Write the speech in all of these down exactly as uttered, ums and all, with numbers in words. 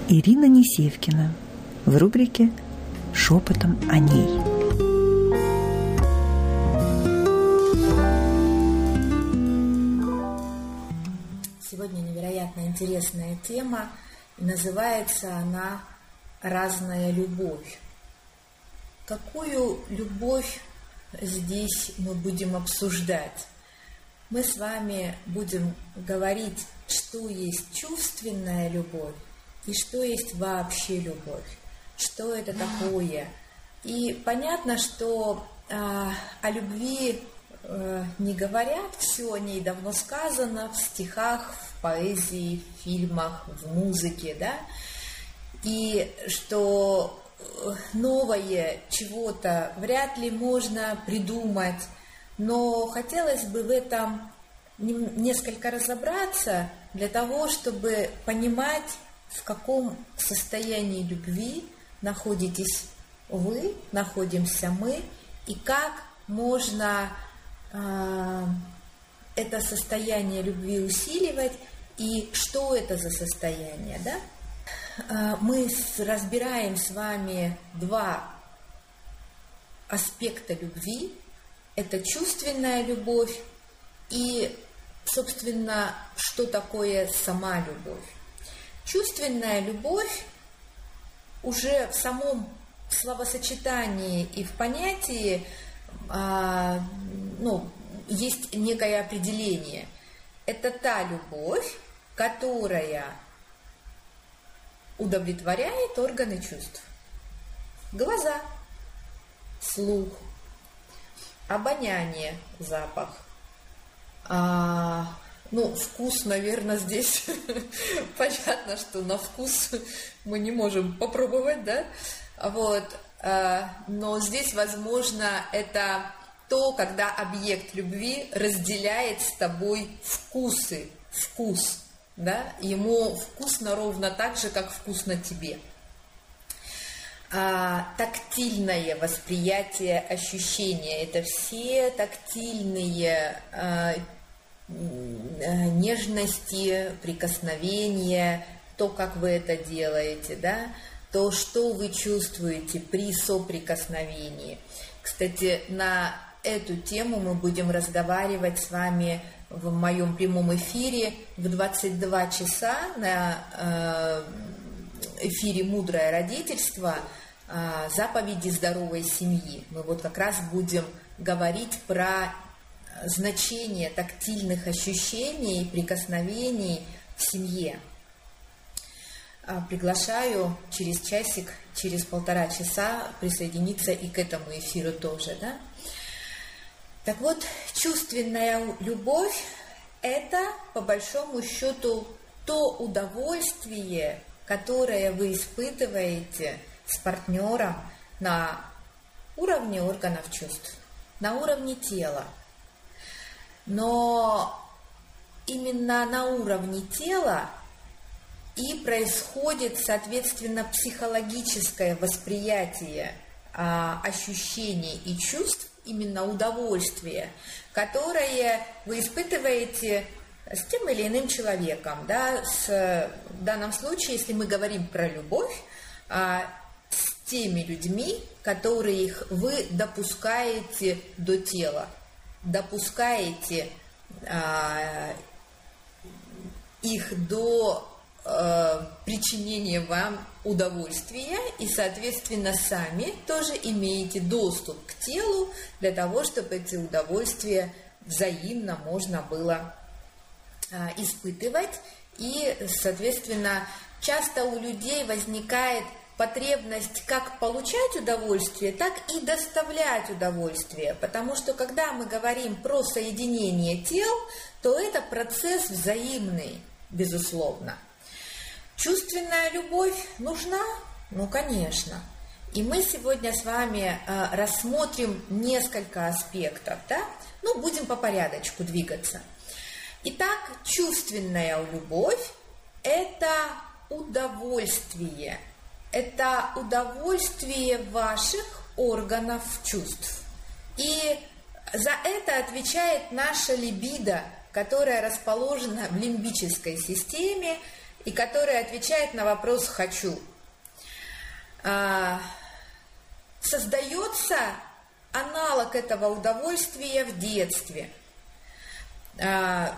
Ирина Несевкина в рубрике «Шепотом о ней». Сегодня невероятно интересная тема, и называется она «Разная любовь». Какую любовь здесь мы будем обсуждать? Мы с вами будем говорить, что есть чувственная любовь и что есть вообще любовь, что это такое. И понятно, что э, о любви э, не говорят, все о ней давно сказано в стихах, в поэзии, в фильмах, в музыке, да, и что новое чего-то вряд ли можно придумать, но хотелось бы в этом несколько разобраться для того, чтобы понимать, в каком состоянии любви находитесь вы, находимся мы, и как можно э, это состояние любви усиливать, и что это за состояние, да? Мы разбираем с вами два аспекта любви. Это чувственная любовь и, собственно, что такое сама любовь. Чувственная любовь уже в самом словосочетании и в понятии а, ну, есть некое определение. Это та любовь, которая удовлетворяет органы чувств. Глаза, слух, обоняние, запах. А, ну, вкус, наверное, здесь понятно, что на вкус мы не можем попробовать, да? Вот. А, но здесь, возможно, это то, когда объект любви разделяет с тобой вкусы, вкус. Да? Ему вкусно ровно так же, как вкусно тебе. А, тактильное восприятие ощущения – это все тактильные а, нежности, прикосновения, то, как вы это делаете, да? То, что вы чувствуете при соприкосновении. Кстати, на эту тему мы будем разговаривать с вами в моем прямом эфире в двадцать два часа на эфире «Мудрое родительство. Заповеди здоровой семьи». Мы вот как раз будем говорить про значение тактильных ощущений, прикосновений в семье. Приглашаю через часик, через полтора часа присоединиться и к этому эфиру тоже, да? Так вот, чувственная любовь – это, по большому счету, то удовольствие, которое вы испытываете с партнером на уровне органов чувств, на уровне тела. Но именно на уровне тела и происходит, соответственно, психологическое восприятие а, ощущений и чувств, именно удовольствие, которое вы испытываете с тем или иным человеком. Да? С, в данном случае, если мы говорим про любовь, а, с теми людьми, которых вы допускаете до тела, допускаете а, их до а, причинения вам удовольствия, и, соответственно, сами тоже имеете доступ к телу для того, чтобы эти удовольствия взаимно можно было а, испытывать. И, соответственно, часто у людей возникает потребность как получать удовольствие, так и доставлять удовольствие. Потому что, когда мы говорим про соединение тел, то это процесс взаимный, безусловно. Чувственная любовь нужна? Ну, конечно. И мы сегодня с вами э, рассмотрим несколько аспектов, да? Ну, будем по порядочку двигаться. Итак, чувственная любовь – это удовольствие. Это удовольствие ваших органов чувств. И за это отвечает наша либидо, которая расположена в лимбической системе. и который отвечает на вопрос «хочу». Создается аналог этого удовольствия в детстве. Именно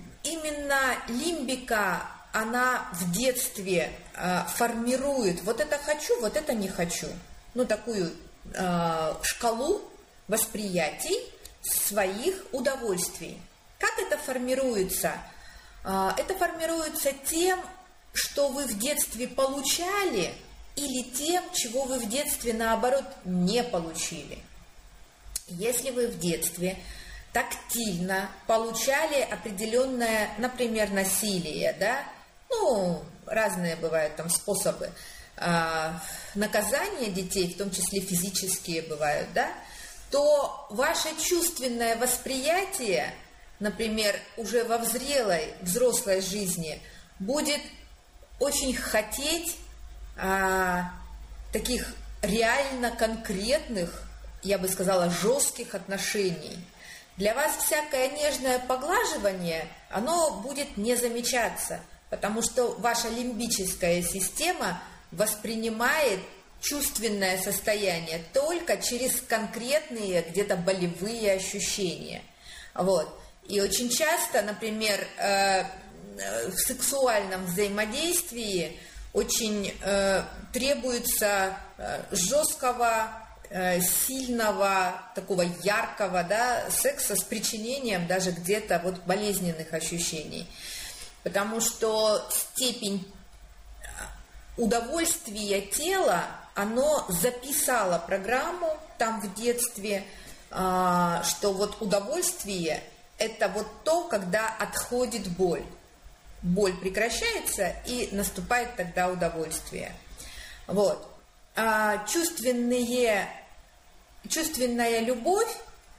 лимбика, она в детстве формирует вот это «хочу», вот это «не хочу». Ну, такую шкалу восприятий своих удовольствий. Как это формируется? Это формируется тем, что вы в детстве получали, или тем, чего вы в детстве, наоборот, не получили. Если вы в детстве тактильно получали определенное, например, насилие, да, ну, разные бывают там способы э, наказания детей, в том числе физические бывают, да, то ваше чувственное восприятие, например, уже во взрелой, взрослой жизни, будет очень хотеть а, таких реально конкретных, я бы сказала, жестких отношений. Для вас всякое нежное поглаживание, оно будет не замечаться, потому что ваша лимбическая система воспринимает чувственное состояние только через конкретные где-то болевые ощущения. Вот. И очень часто, например, в сексуальном взаимодействии очень требуется жесткого, сильного, такого яркого, да, секса с причинением даже где-то вот болезненных ощущений. Потому что степень удовольствия тела, оно записало программу там в детстве, что вот удовольствие – это вот то, когда отходит боль. Боль прекращается, и наступает тогда удовольствие. Вот. А чувственные, чувственная любовь,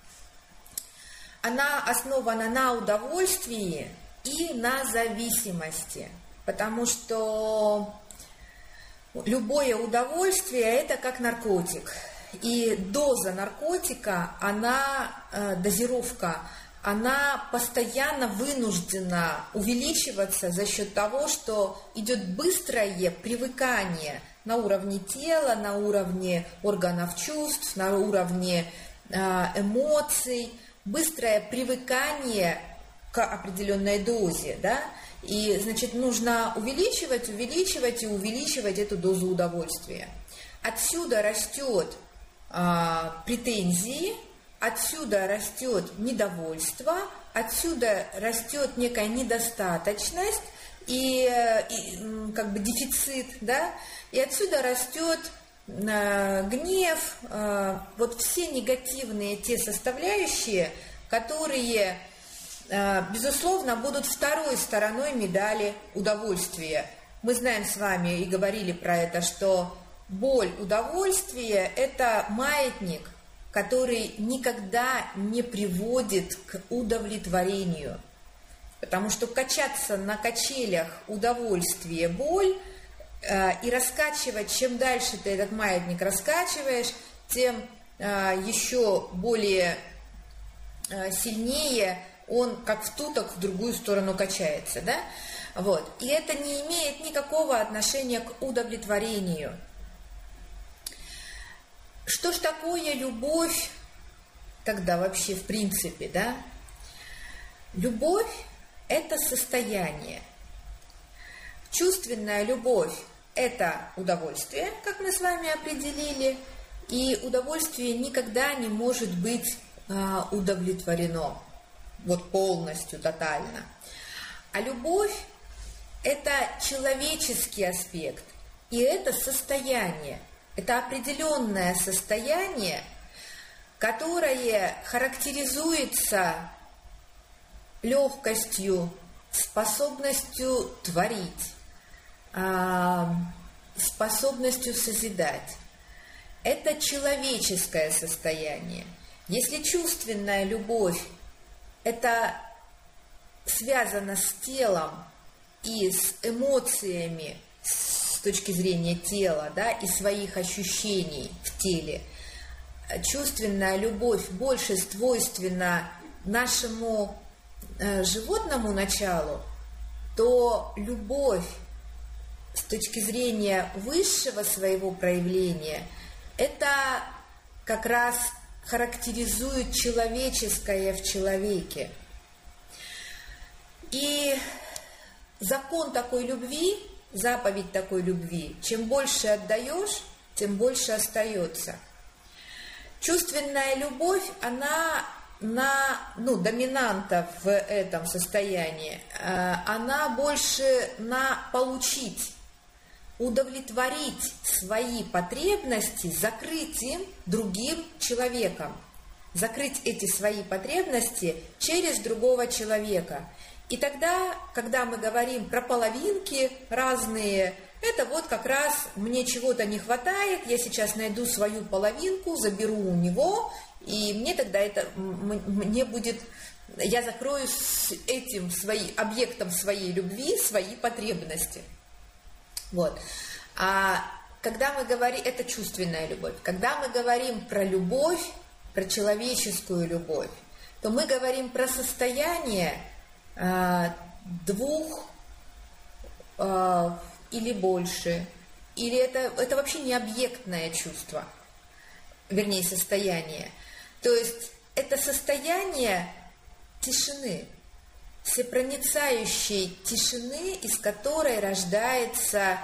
она основана на удовольствии и на зависимости. Потому что любое удовольствие – это как наркотик. И доза наркотика, она, э, дозировка, она постоянно вынуждена увеличиваться за счет того, что идет быстрое привыкание на уровне тела, на уровне органов чувств, на уровне э, эмоций, быстрое привыкание к определенной дозе, да, и, значит, нужно увеличивать, увеличивать и увеличивать эту дозу удовольствия. Отсюда растет э, претензии, отсюда растет недовольство, отсюда растет некая недостаточность и, и как бы дефицит, да, и отсюда растет э, гнев, э, вот все негативные те составляющие, которые, э, безусловно, будут второй стороной медали удовольствия. Мы знаем с вами и говорили про это, что боль, удовольствие – это маятник, который никогда не приводит к удовлетворению. Потому что качаться на качелях удовольствие, боль, э, и раскачивать, чем дальше ты этот маятник раскачиваешь, тем э, еще более э, сильнее он, как в туток, в другую сторону качается. Да? Вот. И это не имеет никакого отношения к удовлетворению. Что ж такое любовь тогда вообще в принципе, да? Любовь – это состояние. Чувственная любовь – это удовольствие, как мы с вами определили, и удовольствие никогда не может быть а, удовлетворено, вот полностью, тотально. А любовь – это человеческий аспект, и это состояние. Это определенное состояние, которое характеризуется легкостью, способностью творить, способностью созидать. Это человеческое состояние. Если чувственная любовь – это связано с телом и с эмоциями, с точки зрения тела, да, и своих ощущений в теле, чувственная любовь больше свойственна нашему э, животному началу, то любовь с точки зрения высшего своего проявления, это как раз характеризует человеческое в человеке. И закон такой любви, заповедь такой любви, чем больше отдаешь, тем больше остается. Чувственная любовь, она на, ну, доминанта в этом состоянии, она больше на получить, удовлетворить свои потребности, закрыть им другим человеком, закрыть эти свои потребности через другого человека. И тогда, когда мы говорим про половинки разные, это вот как раз мне чего-то не хватает, я сейчас найду свою половинку, заберу у него, и мне тогда это, мне будет, я закрою с этим своим объектом своей любви свои потребности. Вот. А когда мы говорим, это чувственная любовь, когда мы говорим про любовь, про человеческую любовь, то мы говорим про состояние а, двух а, или больше, или это, это вообще не объектное чувство, вернее, состояние. То есть это состояние тишины, всепроницающей тишины, из которой рождается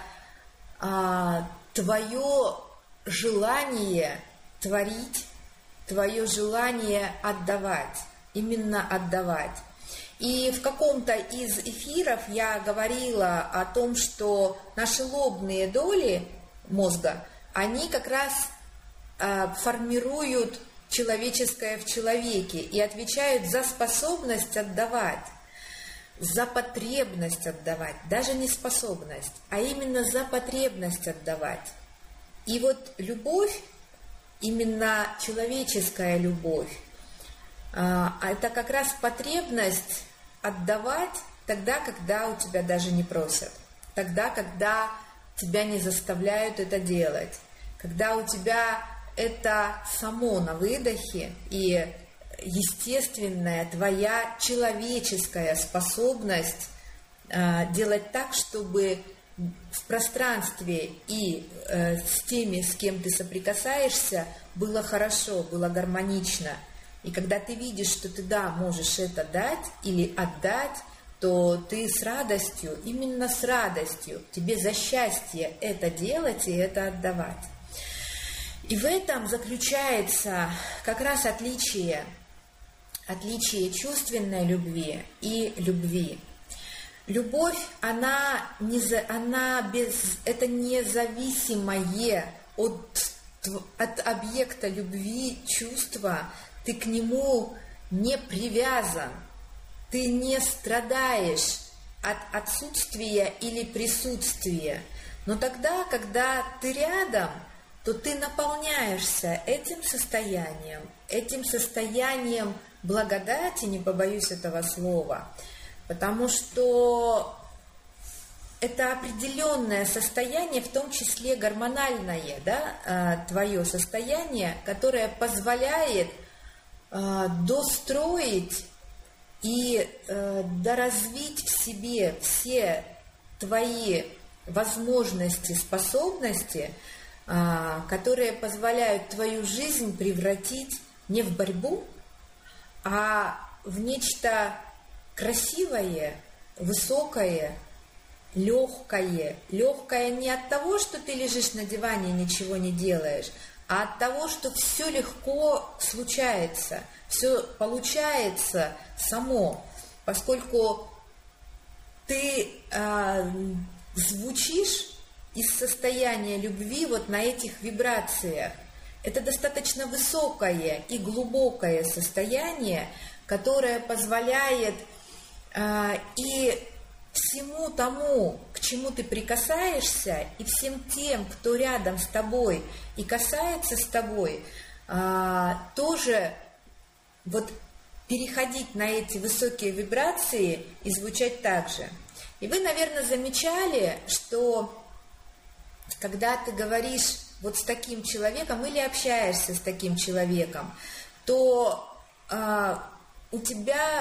а, твое желание творить, твое желание отдавать, именно отдавать. И в каком-то из эфиров я говорила о том, что наши лобные доли мозга, они как раз а, формируют человеческое в человеке и отвечают за способность отдавать, за потребность отдавать, даже не способность, а именно за потребность отдавать. И вот любовь, именно человеческая любовь, это как раз потребность отдавать тогда, когда у тебя даже не просят, тогда, когда тебя не заставляют это делать, когда у тебя это само на выдохе и естественная твоя человеческая способность э, делать так, чтобы в пространстве и э, с теми, с кем ты соприкасаешься, было хорошо, было гармонично. И когда ты видишь, что ты, да, можешь это дать или отдать, то ты с радостью, именно с радостью, тебе за счастье это делать и это отдавать. И в этом заключается как раз отличие, отличие чувственной любви и любви. Любовь, она, не, она без, это независимое от, от объекта любви чувства, ты к нему не привязан, ты не страдаешь от отсутствия или присутствия. Но тогда, когда ты рядом, то ты наполняешься этим состоянием, этим состоянием благодати, не побоюсь этого слова, потому что это определенное состояние, в том числе гормональное, да, твое состояние, которое позволяет достроить и доразвить в себе все твои возможности, способности, которые позволяют твою жизнь превратить не в борьбу, а в нечто красивое, высокое, легкое. Легкое не от того, что ты лежишь на диване и ничего не делаешь, а от того, что все легко случается, все получается само, поскольку ты э, звучишь из состояния любви вот на этих вибрациях. Это достаточно высокое и глубокое состояние, которое позволяет э, и всему тому, к чему ты прикасаешься, и всем тем, кто рядом с тобой и касается с тобой, э, тоже вот переходить на эти высокие вибрации и звучать так же. И вы, наверное, замечали, что когда ты говоришь вот с таким человеком или общаешься с таким человеком, то э, у тебя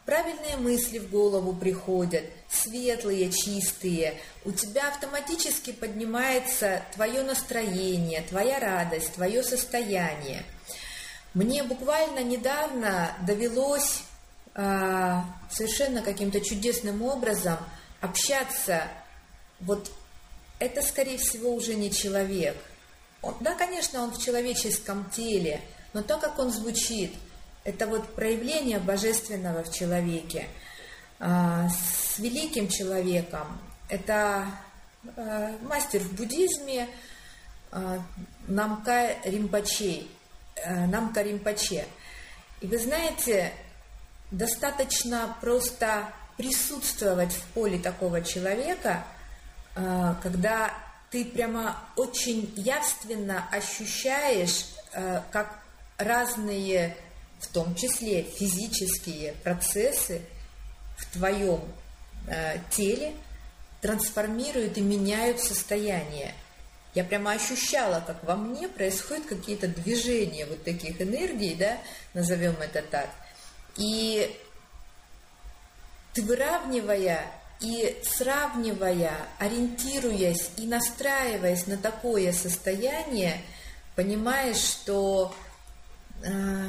правильные мысли в голову приходят, светлые, чистые, у тебя автоматически поднимается твое настроение, твоя радость, твое состояние. Мне буквально недавно довелось а, совершенно каким-то чудесным образом общаться, вот это, скорее всего, уже не человек. Он, да, конечно, он в человеческом теле, но то, как он звучит, это вот проявление божественного в человеке. А, с великим человеком, это а, мастер в буддизме а, Намка Ринпоче, а, Намка Ринпоче. И вы знаете, достаточно просто присутствовать в поле такого человека, а, когда ты прямо очень явственно ощущаешь, а, как разные, в том числе физические процессы в твоем э, теле трансформируют и меняют состояние. Я прямо ощущала, как во мне происходят какие-то движения вот таких энергий, да, назовем это так. И ты, выравнивая и сравнивая, ориентируясь и настраиваясь на такое состояние, понимаешь, что э,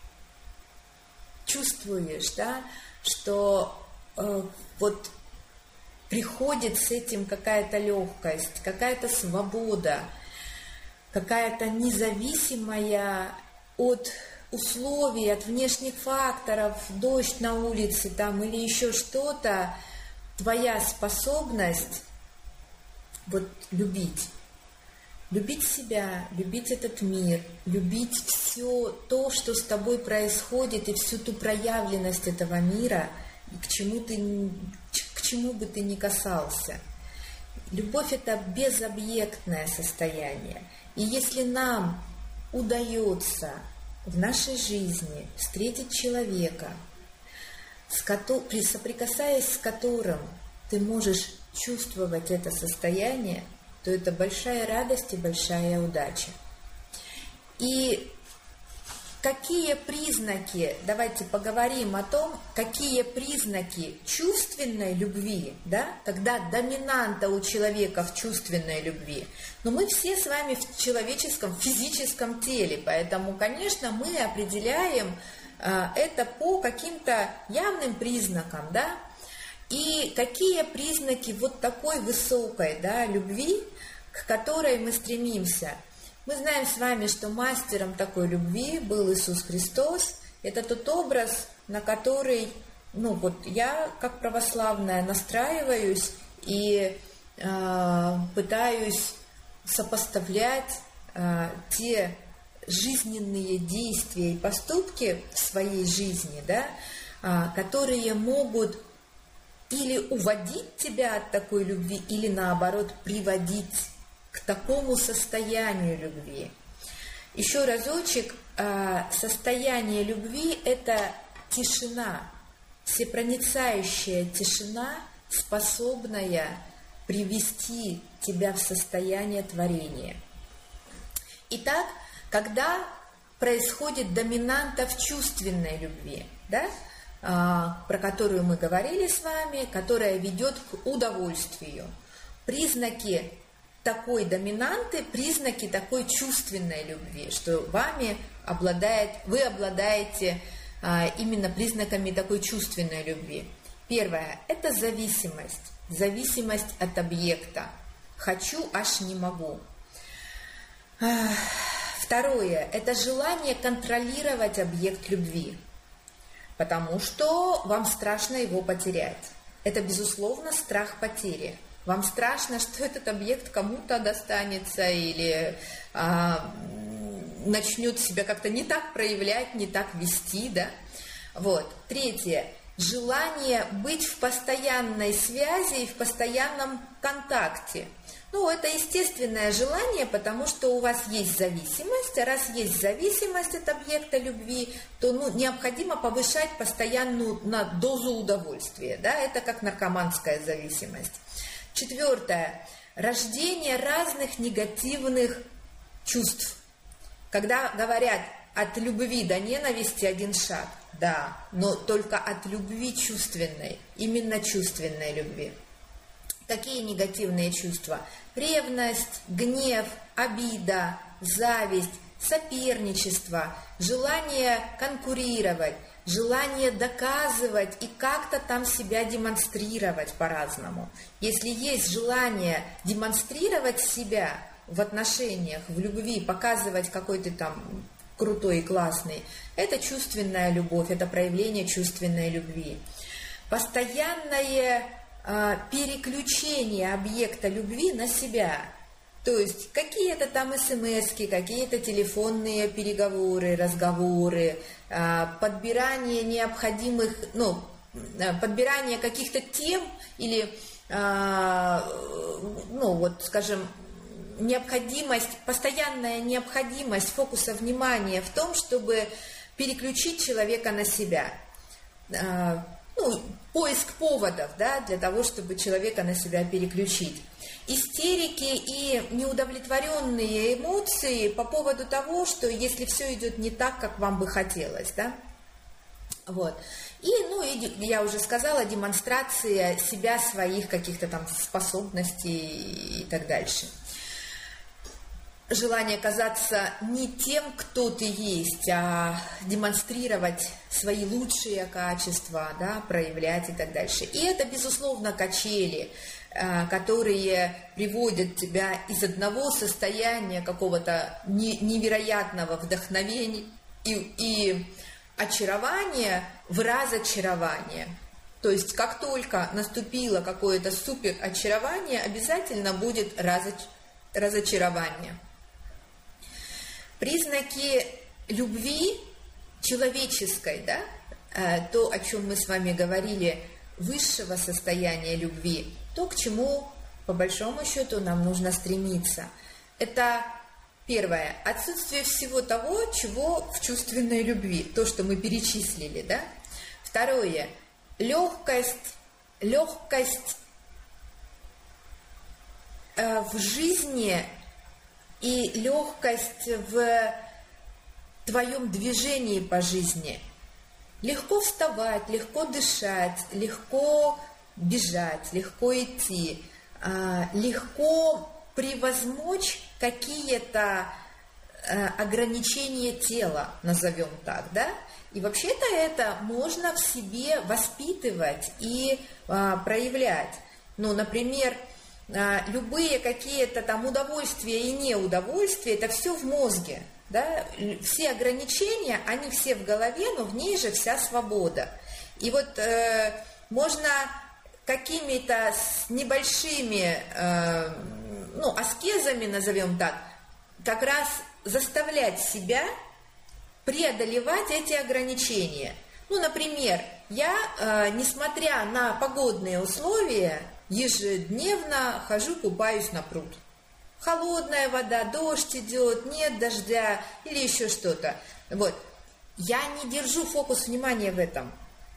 чувствуешь, да, что э, вот приходит с этим какая-то легкость, какая-то свобода, какая-то независимая от условий, от внешних факторов, дождь на улице там или еще что-то, твоя способность вот любить. Любить себя, любить этот мир, любить все то, что с тобой происходит, и всю ту проявленность этого мира, и к чему ты, к чему бы ты ни касался. Любовь – это безобъектное состояние. И если нам удается в нашей жизни встретить человека, соприкасаясь с которым ты можешь чувствовать это состояние, то это большая радость и большая удача. И какие признаки, давайте поговорим о том, какие признаки чувственной любви, да, когда доминанта у человека в чувственной любви. Но мы все с вами в человеческом, физическом теле, поэтому, конечно, мы определяем а, это по каким-то явным признакам, да. И какие признаки вот такой высокой, да, любви, к которой мы стремимся? Мы знаем с вами, что мастером такой любви был Иисус Христос. Это тот образ, на который, ну вот я, как православная, настраиваюсь и э, пытаюсь сопоставлять э, те жизненные действия и поступки в своей жизни, да, э, которые могут или уводить тебя от такой любви, или наоборот приводить к такому состоянию любви. Еще разочек, состояние любви – это тишина, всепроницающая тишина, способная привести тебя в состояние творения. Итак, когда происходит доминанта в чувственной любви, да, про которую мы говорили с вами, которая ведет к удовольствию. Признаки такой доминанты, признаки такой чувственной любви, что вами обладает, вы обладаете а, именно признаками такой чувственной любви. Первое – это зависимость, зависимость от объекта. Хочу, аж не могу. А, второе – это желание контролировать объект любви, потому что вам страшно его потерять. Это, безусловно, страх потери. Вам страшно, что этот объект кому-то достанется или а, начнет себя как-то не так проявлять, не так вести, да? Вот. Третье. Желание быть в постоянной связи и в постоянном контакте. Ну, это естественное желание, потому что у вас есть зависимость, а раз есть зависимость от объекта любви, то ну, необходимо повышать постоянную на дозу удовольствия, да? Это как наркоманская зависимость. Четвертое. Рождение разных негативных чувств. Когда говорят от любви до ненависти один шаг, да, но только от любви чувственной, именно чувственной любви. Какие негативные чувства? Ревность, гнев, обида, зависть, соперничество, желание конкурировать, желание доказывать и как-то там себя демонстрировать по-разному. Если есть желание демонстрировать себя в отношениях, в любви, показывать какой ты там крутой и классный, это чувственная любовь, это проявление чувственной любви. Постоянное э, переключение объекта любви на себя. То есть какие-то там смски, какие-то телефонные переговоры, разговоры, подбирание необходимых, ну, подбирание каких-то тем или, ну, вот, скажем, необходимость, постоянная необходимость фокуса внимания в том, чтобы переключить человека на себя. Ну, поиск поводов, да, для того, чтобы человека на себя переключить. Истерики и неудовлетворенные эмоции по поводу того, что если все идет не так, как вам бы хотелось, да, вот. И, ну, и я уже сказала, демонстрация себя, своих каких-то там способностей и так дальше. Желание казаться не тем, кто ты есть, а демонстрировать свои лучшие качества, да, проявлять и так дальше. И это, безусловно, качели, которые приводят тебя из одного состояния какого-то невероятного вдохновения и, и очарования в разочарование. То есть, как только наступило какое-то супер очарование, обязательно будет разоч... разочарование. Признаки любви человеческой, да, то, о чем мы с вами говорили, высшего состояния любви, то, к чему, по большому счету, нам нужно стремиться. Это первое, отсутствие всего того, чего в чувственной любви, то, что мы перечислили, да. Второе, легкость, легкость э, в жизни и легкость в твоем движении по жизни. Легко вставать, легко дышать, легко бежать, легко идти, легко превозмочь какие-то ограничения тела, назовем так, да? И вообще-то это можно в себе воспитывать и проявлять. Ну, например, любые какие-то там удовольствия и неудовольствия, это все в мозге, да? Все ограничения, они все в голове, но в ней же вся свобода. И вот э, можно какими-то небольшими, э, ну, аскезами, назовем так, как раз заставлять себя преодолевать эти ограничения. Ну, например, я, э, несмотря на погодные условия, ежедневно хожу, купаюсь на пруд. Холодная вода, дождь идет, нет дождя или еще что-то. Вот. Я не держу фокус внимания в этом.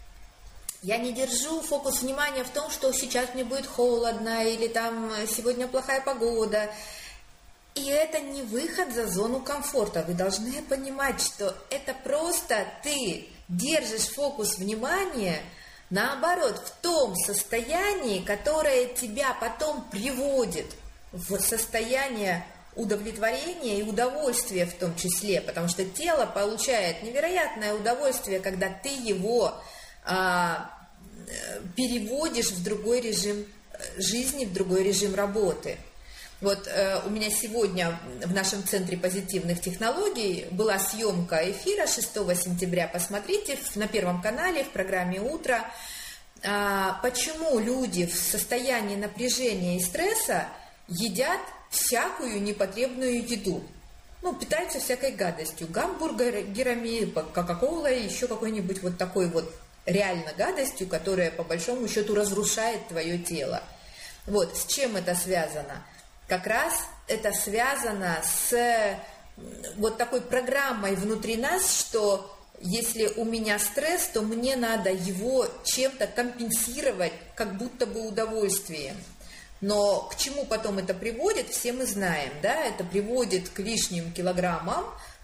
Я не держу фокус внимания в том, что сейчас мне будет холодно или там сегодня плохая погода. И это не выход за зону комфорта. Вы должны понимать, что это просто ты держишь фокус внимания, наоборот, в том состоянии, которое тебя потом приводит в состояние удовлетворения и удовольствия в том числе, потому что тело получает невероятное удовольствие, когда ты его а, переводишь в другой режим жизни, в другой режим работы. Вот э, у меня сегодня в нашем Центре позитивных технологий была съемка эфира шестого сентября. Посмотрите на Первом канале в программе «Утро». А, почему люди в состоянии напряжения и стресса едят всякую непотребную еду? Ну, питаются всякой гадостью. Гамбургерами, кока-колой, еще какой-нибудь вот такой вот реально гадостью, которая по большому счету разрушает твое тело. Вот, с чем это связано? Как раз это связано с вот такой программой внутри нас, что если у меня стресс, то мне надо его чем-то компенсировать, как будто бы удовольствием. Но к чему потом это приводит, все мы знаем, да, это приводит к лишним килограммам,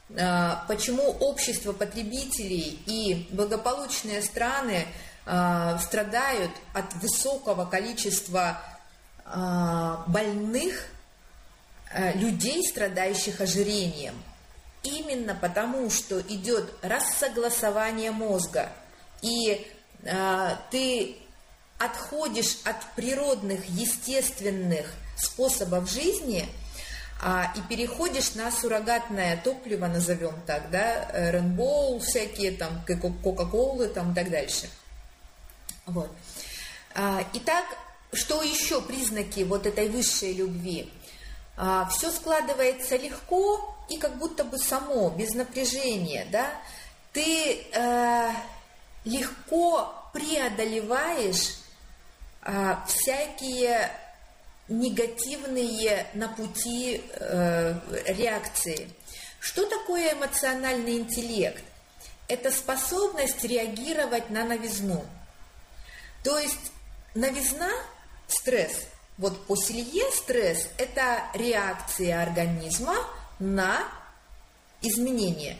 почему общество потребителей и благополучные страны страдают от высокого количества больных людей, страдающих ожирением. Именно потому, что идет рассогласование мозга, и ты отходишь от природных, естественных способов жизни а, и переходишь на суррогатное топливо, назовем так, да, Ренбоу всякие, там, Кока-Колы, там, и так дальше. Вот. А, итак, что еще признаки вот этой высшей любви? А, все складывается легко и как будто бы само, без напряжения, да? Ты э, легко преодолеваешь э, всякие негативные на пути э, реакции. Что такое эмоциональный интеллект? Это способность реагировать на новизну. То есть новизна, стресс, вот по Силье стресс – это реакция организма на изменения.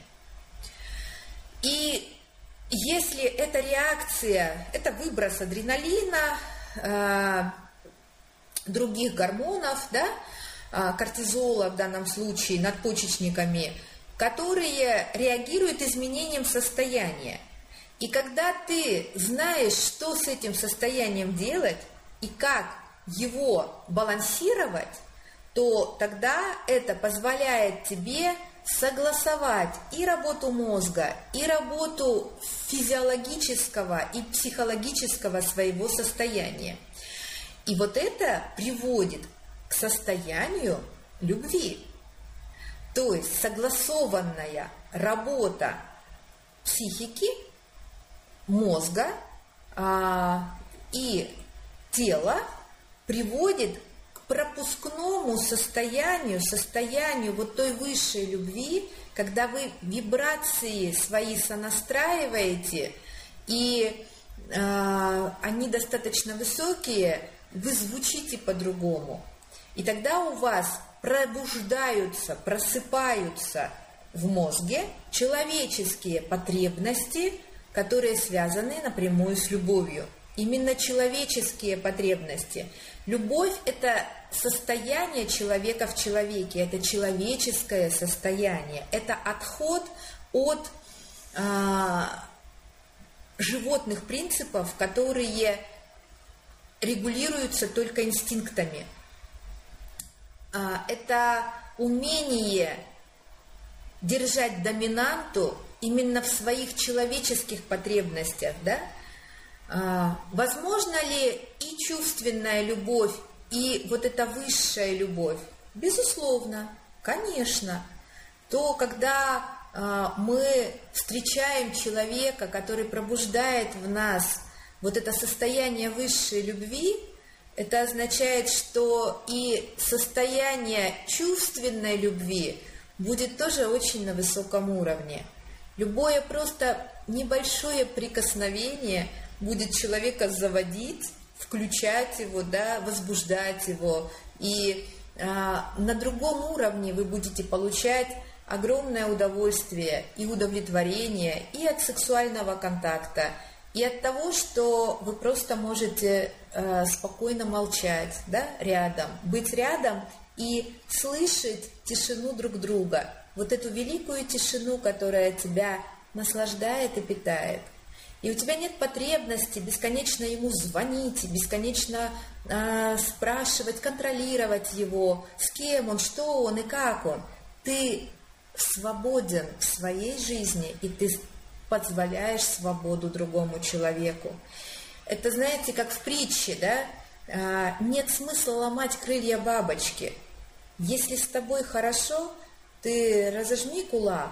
И если эта реакция, это выброс адреналина, э, других гормонов, да, кортизола в данном случае, надпочечниками, которые реагируют изменением состояния. И когда ты знаешь, что с этим состоянием делать и как его балансировать, то тогда это позволяет тебе согласовать и работу мозга, и работу физиологического и психологического своего состояния. И вот это приводит к состоянию любви. То есть согласованная работа психики, мозга а, и тела приводит к пропускному состоянию, состоянию вот той высшей любви, когда вы вибрации свои сонастраиваете, и э, они достаточно высокие, вы звучите по-другому. И тогда у вас пробуждаются, просыпаются в мозге человеческие потребности, которые связаны напрямую с любовью. Именно человеческие потребности. Любовь – это состояние человека в человеке, это человеческое состояние, это отход от а, животных принципов, которые регулируются только инстинктами. А, это умение держать доминанту именно в своих человеческих потребностях, да? А, возможно ли и чувственная любовь, и вот эта высшая любовь? Безусловно, конечно. То, когда а, мы встречаем человека, который пробуждает в нас вот это состояние высшей любви, это означает, что и состояние чувственной любви будет тоже очень на высоком уровне. Любое просто небольшое прикосновение будет человека заводить, включать его, да, возбуждать его. И а, на другом уровне вы будете получать огромное удовольствие и удовлетворение и от сексуального контакта, и от того, что вы просто можете а, спокойно молчать, да, рядом, быть рядом и слышать тишину друг друга. Вот эту великую тишину, которая тебя наслаждает и питает. И у тебя нет потребности бесконечно ему звонить, бесконечно э, спрашивать, контролировать его, с кем он, что он и как он. Ты свободен в своей жизни, и ты позволяешь свободу другому человеку. Это, знаете, как в притче, да? Э, нет смысла ломать крылья бабочки. Если с тобой хорошо, ты разожми кулак.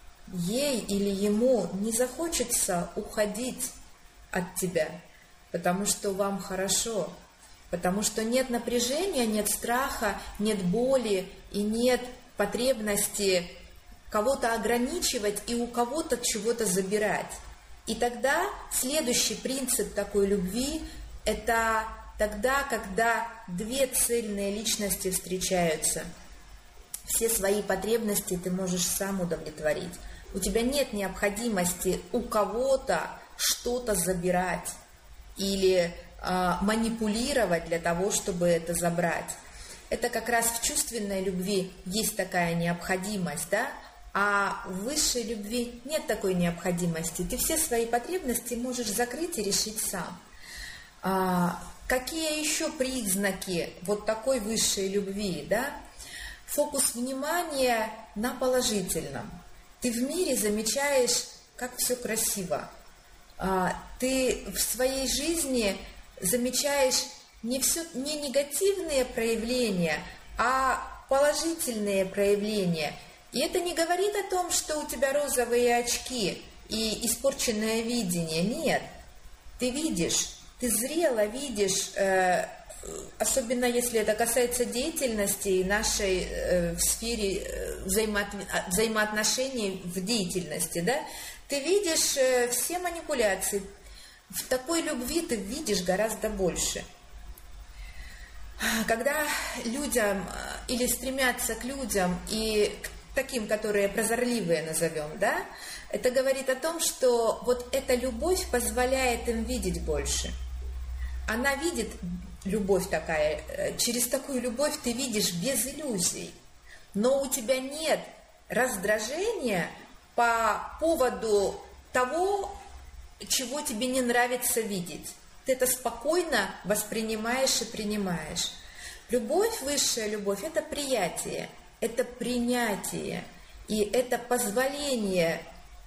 Ей или ему не захочется уходить от тебя, потому что вам хорошо, потому что нет напряжения, нет страха, нет боли и нет потребности кого-то ограничивать и у кого-то чего-то забирать. И тогда следующий принцип такой любви – это тогда, когда две цельные личности встречаются. Все свои потребности ты можешь сам удовлетворить. У тебя нет необходимости у кого-то что-то забирать или э, манипулировать для того, чтобы это забрать. Это как раз в чувственной любви есть такая необходимость, да? А в высшей любви нет такой необходимости. Ты все свои потребности можешь закрыть и решить сам. А, какие еще признаки вот такой высшей любви, да? Фокус внимания на положительном. Ты в мире замечаешь, как все красиво. А, ты в своей жизни замечаешь не, все, не негативные проявления, а положительные проявления. И это не говорит о том, что у тебя розовые очки и испорченное видение. Нет, ты видишь, ты зрело видишь, э, особенно если это касается деятельности нашей э, в сфере э, взаимо, взаимоотношений в деятельности, да? Ты видишь э, все манипуляции. В такой любви ты видишь гораздо больше. Когда людям или стремятся к людям и к таким, которые прозорливые назовем, да, это говорит о том, что вот эта любовь позволяет им видеть больше. Она видит, любовь такая, через такую любовь ты видишь без иллюзий, но у тебя нет раздражения по поводу того, чего тебе не нравится видеть. Ты это спокойно воспринимаешь и принимаешь. Любовь, высшая любовь – это приятие, это принятие, и это позволение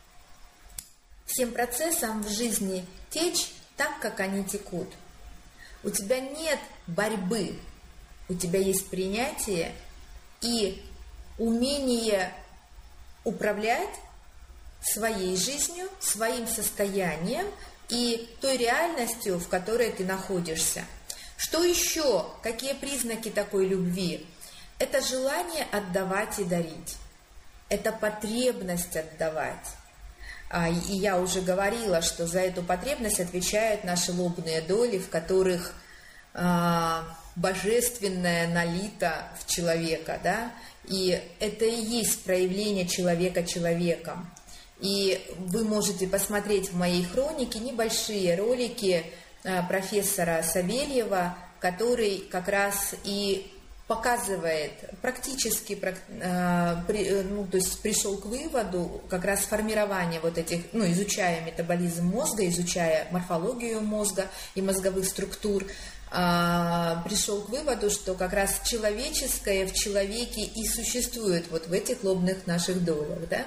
всем процессам в жизни течь так, как они текут. У тебя нет борьбы, у тебя есть принятие и умение управлять своей жизнью, своим состоянием и той реальностью, в которой ты находишься. Что еще? Какие признаки такой любви? Это желание отдавать и дарить. Это потребность отдавать. И я уже говорила, что за эту потребность отвечают наши лобные доли, в которых божественное налито в человека, да? И это и есть проявление человека человеком. И вы можете посмотреть в моей хронике небольшие ролики профессора Савельева, который как раз и показывает, практически, ну, то есть пришел к выводу как раз формирования вот этих, ну, изучая метаболизм мозга, изучая морфологию мозга и мозговых структур, пришел к выводу, что как раз человеческое в человеке и существует вот в этих лобных наших долях, да.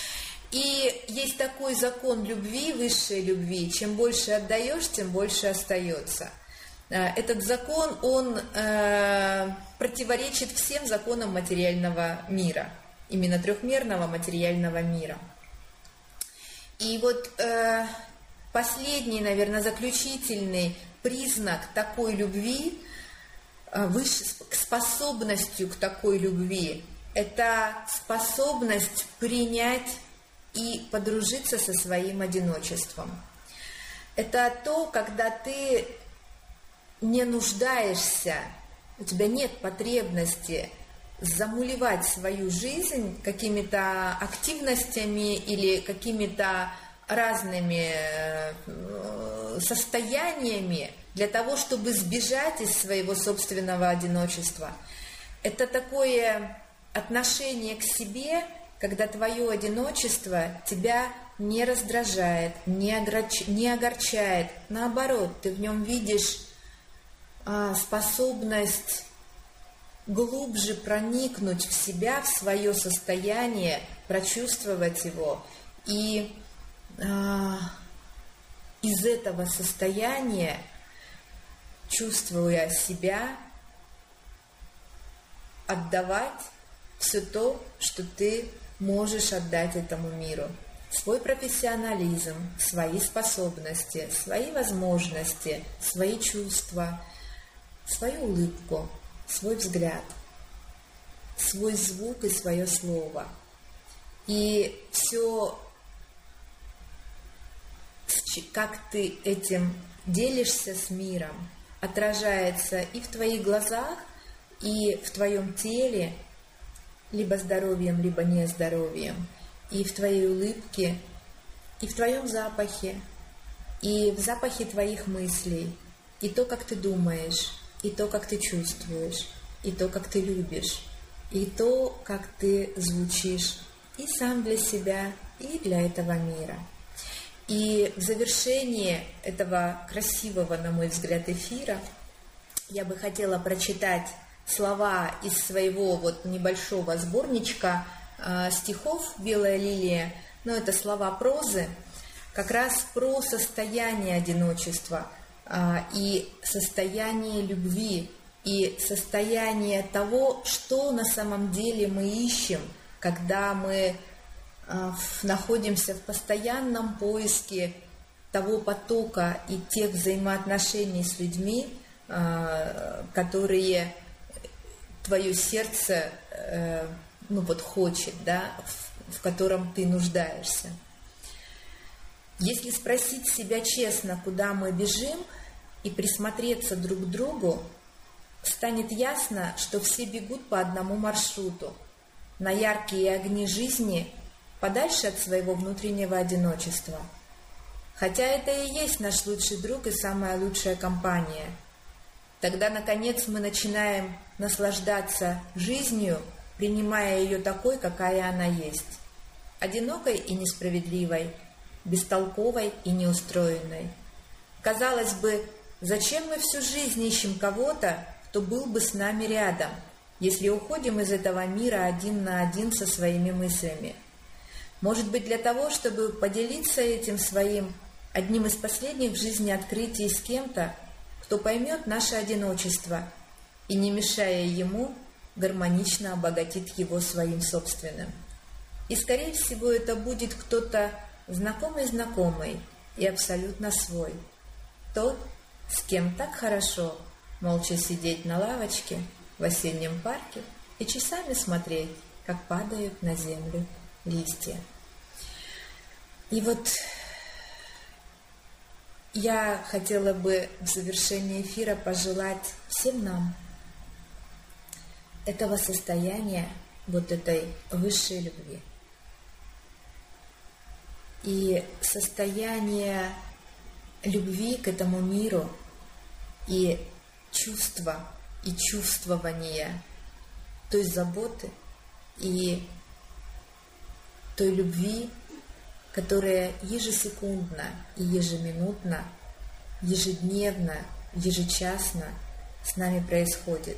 И есть такой закон любви, высшей любви: чем больше отдаешь, тем больше остается. Этот закон, он э, противоречит всем законам материального мира, именно трехмерного материального мира. И вот э, последний, наверное, заключительный признак такой любви, э, выше, способностью к такой любви, это способность принять и подружиться со своим одиночеством. Это то, когда ты не нуждаешься, у тебя нет потребности замулевать свою жизнь какими-то активностями или какими-то разными состояниями для того, чтобы сбежать из своего собственного одиночества. Это такое отношение к себе, когда твое одиночество тебя не раздражает, не, огорч... не огорчает. Наоборот, ты в нем видишь а, способность глубже проникнуть в себя, в свое состояние, прочувствовать его. И а, из этого состояния, чувствуя себя, отдавать все то, что ты можешь отдать этому миру. Свой профессионализм, свои способности, свои возможности, свои чувства, свою улыбку, свой взгляд, свой звук и свое слово. И все, как ты этим делишься с миром, отражается и в твоих глазах, и в твоем теле, либо здоровьем, либо нездоровьем, и в твоей улыбке, и в твоем запахе, и в запахе твоих мыслей, и то, как ты думаешь, и то, как ты чувствуешь, и то, как ты любишь, и то, как ты звучишь и сам для себя, и для этого мира. И в завершении этого красивого, на мой взгляд, эфира я бы хотела прочитать слова из своего вот небольшого сборничка э, стихов «Белая лилия». Но это слова прозы, как раз про состояние одиночества э, и состояние любви, и состояние того, что на самом деле мы ищем, когда мы э, находимся в постоянном поиске того потока и тех взаимоотношений с людьми, э, которые твое сердце э, ну вот хочет, да, в, в котором ты нуждаешься. Если спросить себя честно, куда мы бежим, и присмотреться друг к другу, станет ясно, что все бегут по одному маршруту, на яркие огни жизни, подальше от своего внутреннего одиночества. Хотя это и есть наш лучший друг и самая лучшая компания. Тогда, наконец, мы начинаем наслаждаться жизнью, принимая ее такой, какая она есть. Одинокой и несправедливой, бестолковой и неустроенной. Казалось бы, зачем мы всю жизнь ищем кого-то, кто был бы с нами рядом, если уходим из этого мира один на один со своими мыслями? Может быть, для того, чтобы поделиться этим своим одним из последних в жизни открытий с кем-то, кто поймет наше одиночество и, не мешая ему, гармонично обогатит его своим собственным. И, скорее всего, это будет кто-то знакомый-знакомый и абсолютно свой. Тот, с кем так хорошо молча сидеть на лавочке в осеннем парке и часами смотреть, как падают на землю листья. И вот я хотела бы в завершении эфира пожелать всем нам этого состояния, вот этой высшей любви. И состояние любви к этому миру и чувства, и чувствования той заботы и той любви, которая ежесекундно и ежеминутно, ежедневно, ежечасно с нами происходит.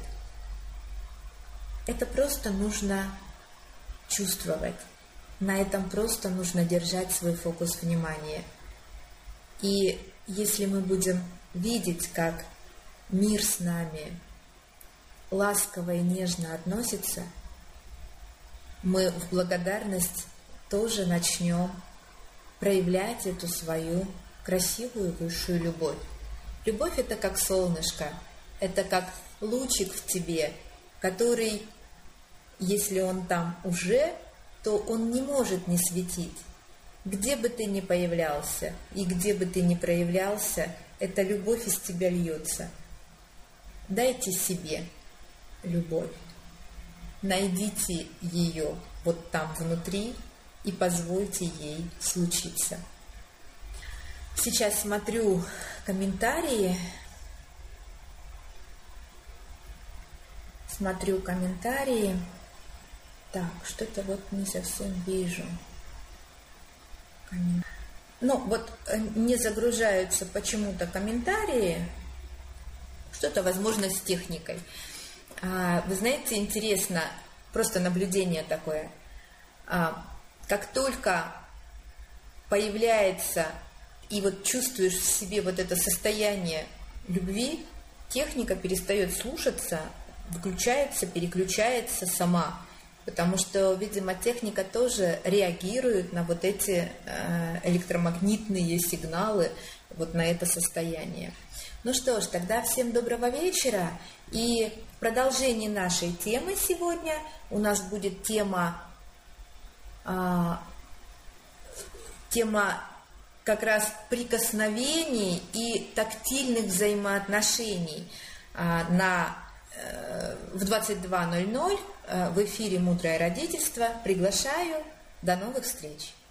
Это просто нужно чувствовать. На этом просто нужно держать свой фокус внимания. И если мы будем видеть, как мир с нами ласково и нежно относится, мы в благодарность тоже начнем проявлять эту свою красивую высшую любовь. Любовь – это как солнышко, это как лучик в тебе, который, если он там уже, то он не может не светить. Где бы ты ни появлялся и где бы ты ни проявлялся, эта любовь из тебя льется. Дайте себе любовь, найдите ее вот там внутри и позвольте ей случиться. Сейчас смотрю комментарии. Смотрю комментарии. Так, что-то вот не совсем вижу. Ну, вот не загружаются почему-то комментарии. Что-то, возможно, с техникой. Вы знаете, интересно, просто наблюдение такое. Как только появляется и вот чувствуешь в себе вот это состояние любви, техника перестает слушаться, выключается, переключается сама. Потому что, видимо, техника тоже реагирует на вот эти электромагнитные сигналы, вот на это состояние. Ну что ж, тогда всем доброго вечера. И в продолжении нашей темы сегодня у нас будет тема, а, тема как раз прикосновений и тактильных взаимоотношений а, на в двадцать два ноль ноль в эфире «Мудрое родительство». Приглашаю. До новых встреч!